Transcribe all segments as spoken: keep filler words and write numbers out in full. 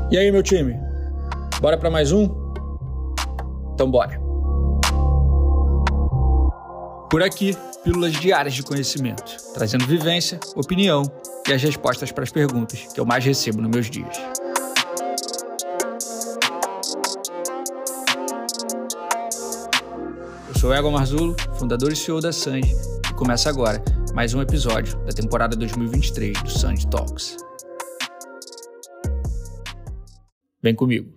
E aí, meu time? Bora para mais um? Então bora. Por aqui, pílulas diárias de conhecimento, trazendo vivência, opinião e as respostas para as perguntas que eu mais recebo nos meus dias. Eu sou Egon Marzullo, fundador e C E O da Sanji, e começa agora mais um episódio da temporada dois mil e vinte e três do Sanji Talks. Vem comigo.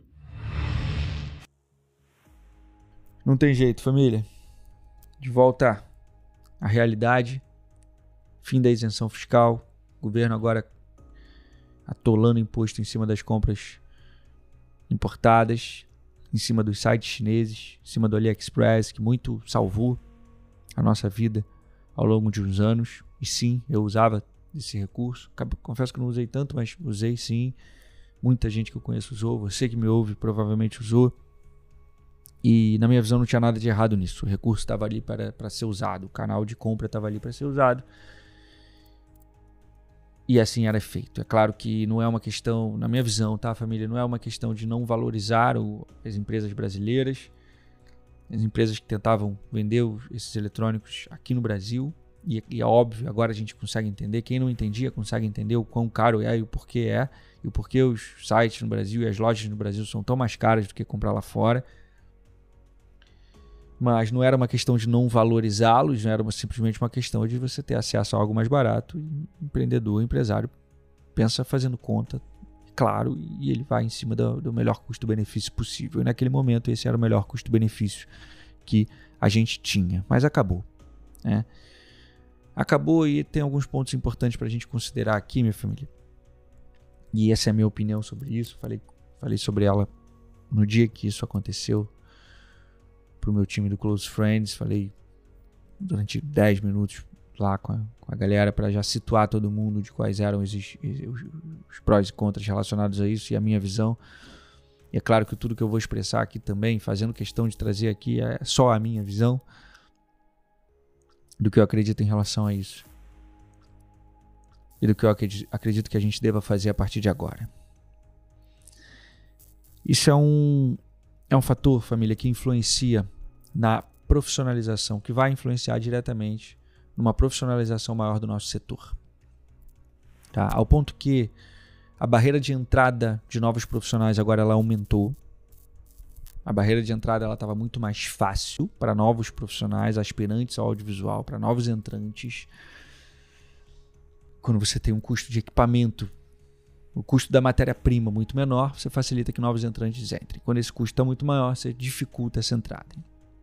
Não tem jeito, família. De volta à realidade, fim da isenção fiscal, governo agora atolando imposto em cima das compras importadas, em cima dos sites chineses, em cima do AliExpress, que muito salvou a nossa vida ao longo de uns anos. E sim, eu usava esse recurso. Confesso que não usei tanto, mas usei sim. Muita gente que eu conheço usou, você que me ouve provavelmente usou. E na minha visão não tinha nada de errado nisso. O recurso estava ali para, para ser usado, o canal de compra estava ali para ser usado. E assim era feito. É claro que não é uma questão, na minha visão, tá, família? Não é uma questão de não valorizar o, as empresas brasileiras, as empresas que tentavam vender esses eletrônicos aqui no Brasil. E, e é óbvio, agora a gente consegue entender. Quem não entendia consegue entender o quão caro é e o porquê é. E o porquê os sites no Brasil e as lojas no Brasil são tão mais caras do que comprar lá fora. Mas não era uma questão de não valorizá-los, não era uma, simplesmente uma questão de você ter acesso a algo mais barato. E empreendedor, empresário, pensa fazendo conta, claro, e ele vai em cima do, do melhor custo-benefício possível. E naquele momento esse era o melhor custo-benefício que a gente tinha. Mas acabou, né? Acabou e tem alguns pontos importantes para a gente considerar aqui, minha família. E essa é a minha opinião sobre isso. Falei, falei sobre ela no dia que isso aconteceu para o meu time do Close Friends. Falei durante dez minutos lá com a, com a galera para já situar todo mundo de quais eram os, os, os prós e contras relacionados a isso e a minha visão. E é claro que tudo que eu vou expressar aqui também, fazendo questão de trazer aqui, é só a minha visão do que eu acredito em relação a isso. E do que eu acredito que a gente deva fazer a partir de agora. Isso é um, é um fator, família, que influencia na profissionalização, que vai influenciar diretamente numa profissionalização maior do nosso setor. Tá? Ao ponto que a barreira de entrada de novos profissionais agora ela aumentou. A barreira de entrada ela estava muito mais fácil para novos profissionais, aspirantes ao audiovisual, para novos entrantes. Quando você tem um custo de equipamento, o custo da matéria-prima muito menor, você facilita que novos entrantes entrem. Quando esse custo está muito maior, você dificulta essa entrada.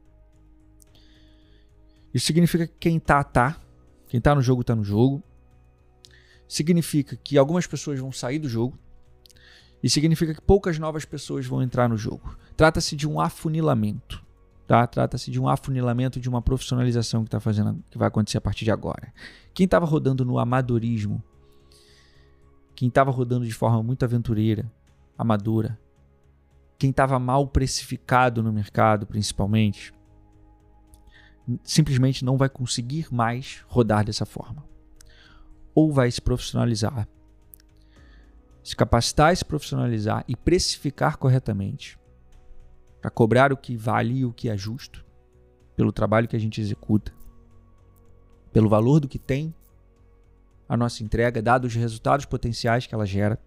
Isso significa que quem está, está. Quem está no jogo, está no jogo. Significa que algumas pessoas vão sair do jogo. E significa que poucas novas pessoas vão entrar no jogo. Trata-se de um afunilamento. Tá? Trata-se de um afunilamento de uma profissionalização que, tá fazendo, que vai acontecer a partir de agora. Quem estava rodando no amadorismo, quem estava rodando de forma muito aventureira, amadora, quem estava mal precificado no mercado, principalmente, simplesmente não vai conseguir mais rodar dessa forma. Ou vai se profissionalizar, se capacitar, se profissionalizar e precificar corretamente, para cobrar o que vale e o que é justo, pelo trabalho que a gente executa, pelo valor do que tem a nossa entrega, dados os resultados potenciais que ela gera.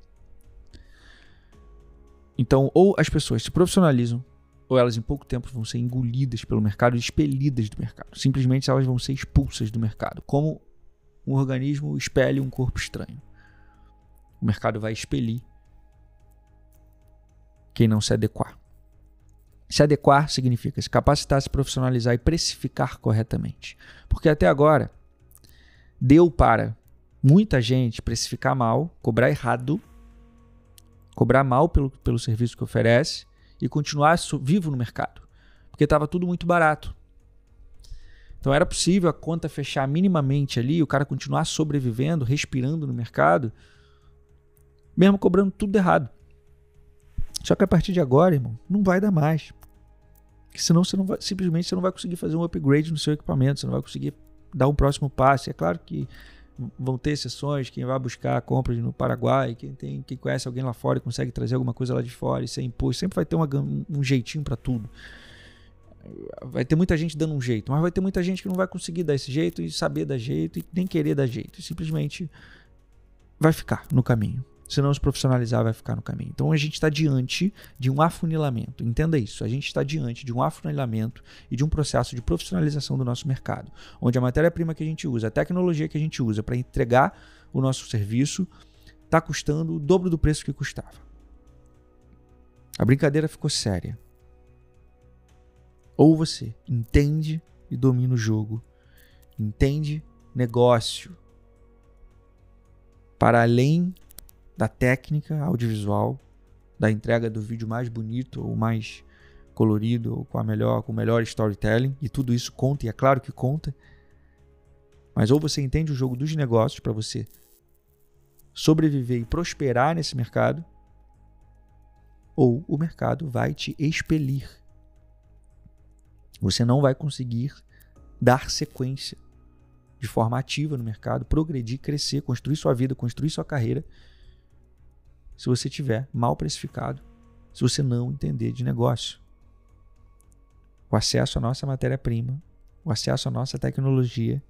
Então, ou as pessoas se profissionalizam, ou elas em pouco tempo vão ser engolidas pelo mercado, expelidas do mercado. Simplesmente elas vão ser expulsas do mercado, como um organismo expele um corpo estranho. O mercado vai expelir quem não se adequar. Se adequar significa se capacitar, se profissionalizar e precificar corretamente. Porque até agora, deu para muita gente precificar mal, cobrar errado, cobrar mal pelo, pelo serviço que oferece e continuar vivo no mercado. Porque estava tudo muito barato. Então era possível a conta fechar minimamente ali, o cara continuar sobrevivendo, respirando no mercado, mesmo cobrando tudo errado. Só que a partir de agora, irmão, não vai dar mais. Porque senão você não vai, simplesmente você não vai conseguir fazer um upgrade no seu equipamento, você não vai conseguir dar um próximo passo. É claro que vão ter exceções, quem vai buscar compras no Paraguai, quem, tem, quem conhece alguém lá fora e consegue trazer alguma coisa lá de fora e ser imposto, sempre vai ter uma, um jeitinho para tudo. Vai ter muita gente dando um jeito, mas vai ter muita gente que não vai conseguir dar esse jeito e saber dar jeito e nem querer dar jeito, e simplesmente vai ficar no caminho. Se não se profissionalizar, vai ficar no caminho. Então a gente está diante de um afunilamento. Entenda isso. A gente está diante de um afunilamento e de um processo de profissionalização do nosso mercado, onde a matéria-prima que a gente usa, a tecnologia que a gente usa para entregar o nosso serviço está custando o dobro do preço que custava. A brincadeira ficou séria. Ou você entende e domina o jogo, entende negócio para além da técnica audiovisual, da entrega do vídeo mais bonito ou mais colorido, ou com a melhor, com o melhor storytelling, e tudo isso conta, e é claro que conta. Mas ou você entende o jogo dos negócios para você sobreviver e prosperar nesse mercado, ou o mercado vai te expelir. Você não vai conseguir dar sequência de forma ativa no mercado, progredir, crescer, construir sua vida, construir sua carreira, se você tiver mal precificado, se você não entender de negócio. O acesso à nossa matéria-prima, o acesso à nossa tecnologia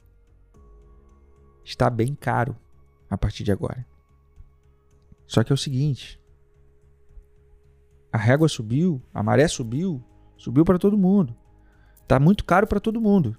está bem caro a partir de agora. Só que é o seguinte, a régua subiu, a maré subiu, subiu para todo mundo. Está muito caro para todo mundo.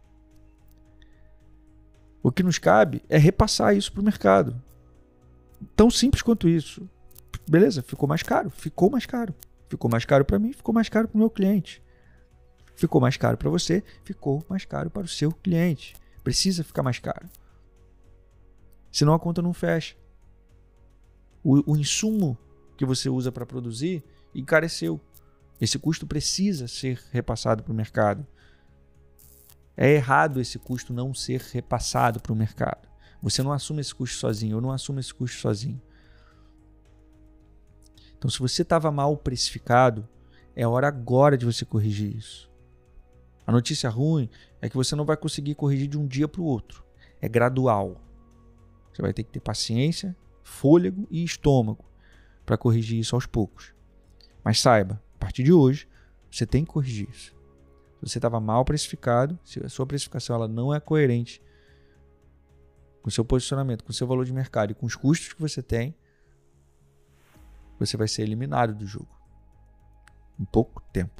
O que nos cabe é repassar isso para o mercado. Tão simples quanto isso. Beleza, ficou mais caro, ficou mais caro. Ficou mais caro para mim, ficou mais caro para o meu cliente. Ficou mais caro para você, ficou mais caro para o seu cliente. Precisa ficar mais caro. Senão a conta não fecha. O, o insumo que você usa para produzir encareceu. Esse custo precisa ser repassado para o mercado. É errado esse custo não ser repassado para o mercado. Você não assume esse custo sozinho, eu não assumo esse custo sozinho. Então, se você estava mal precificado, é hora agora de você corrigir isso. A notícia ruim é que você não vai conseguir corrigir de um dia para o outro. É gradual. Você vai ter que ter paciência, fôlego e estômago para corrigir isso aos poucos. Mas saiba, a partir de hoje, você tem que corrigir isso. Se você estava mal precificado, se a sua precificação ela não é coerente com o seu posicionamento, com o seu valor de mercado e com os custos que você tem, você vai ser eliminado do jogo em pouco tempo.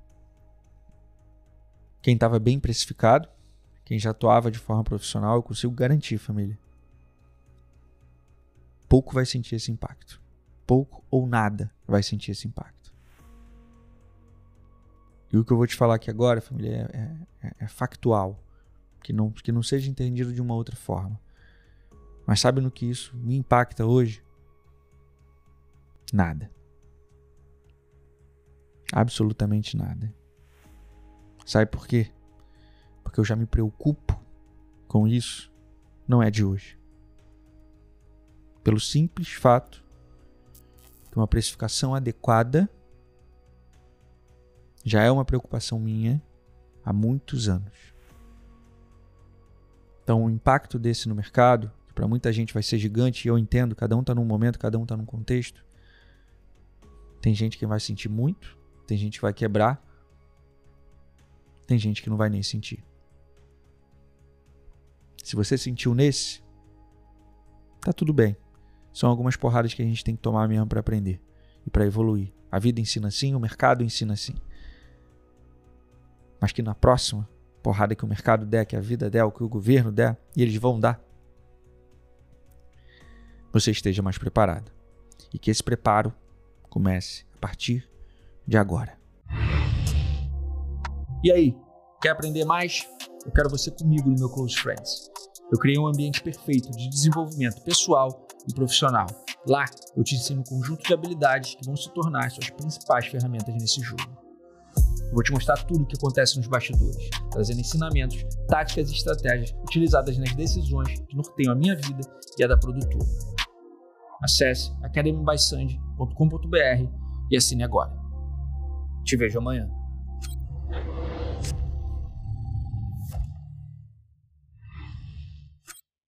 Quem estava bem precificado, quem já atuava de forma profissional, eu consigo garantir, família, pouco vai sentir esse impacto. Pouco ou nada vai sentir esse impacto. E o que eu vou te falar aqui agora, família, é, é, é factual, que não, que não seja entendido de uma outra forma. Mas sabe no que isso me impacta hoje? Nada. Absolutamente nada. Sabe por quê? Porque eu já me preocupo com isso, não é de hoje. Pelo simples fato que uma precificação adequada já é uma preocupação minha há muitos anos. Então, o impacto desse no mercado, que para muita gente vai ser gigante, e eu entendo, cada um está num momento, cada um está num contexto. Tem gente que vai sentir muito, tem gente que vai quebrar, tem gente que não vai nem sentir. Se você sentiu nesse, tá tudo bem. São algumas porradas que a gente tem que tomar mesmo para aprender e para evoluir. A vida ensina assim, o mercado ensina assim. Mas que na próxima porrada que o mercado der, que a vida der, o que o governo der, e eles vão dar, você esteja mais preparado. E que esse preparo comece a partir de agora. E aí, quer aprender mais? Eu quero você comigo no meu Close Friends. Eu criei um ambiente perfeito de desenvolvimento pessoal e profissional. Lá, eu te ensino um conjunto de habilidades que vão se tornar suas principais ferramentas nesse jogo. Eu vou te mostrar tudo o que acontece nos bastidores, trazendo ensinamentos, táticas e estratégias utilizadas nas decisões que norteiam a minha vida e a da produtora. Acesse academy by sandy ponto com ponto b r e assine agora. Te vejo amanhã.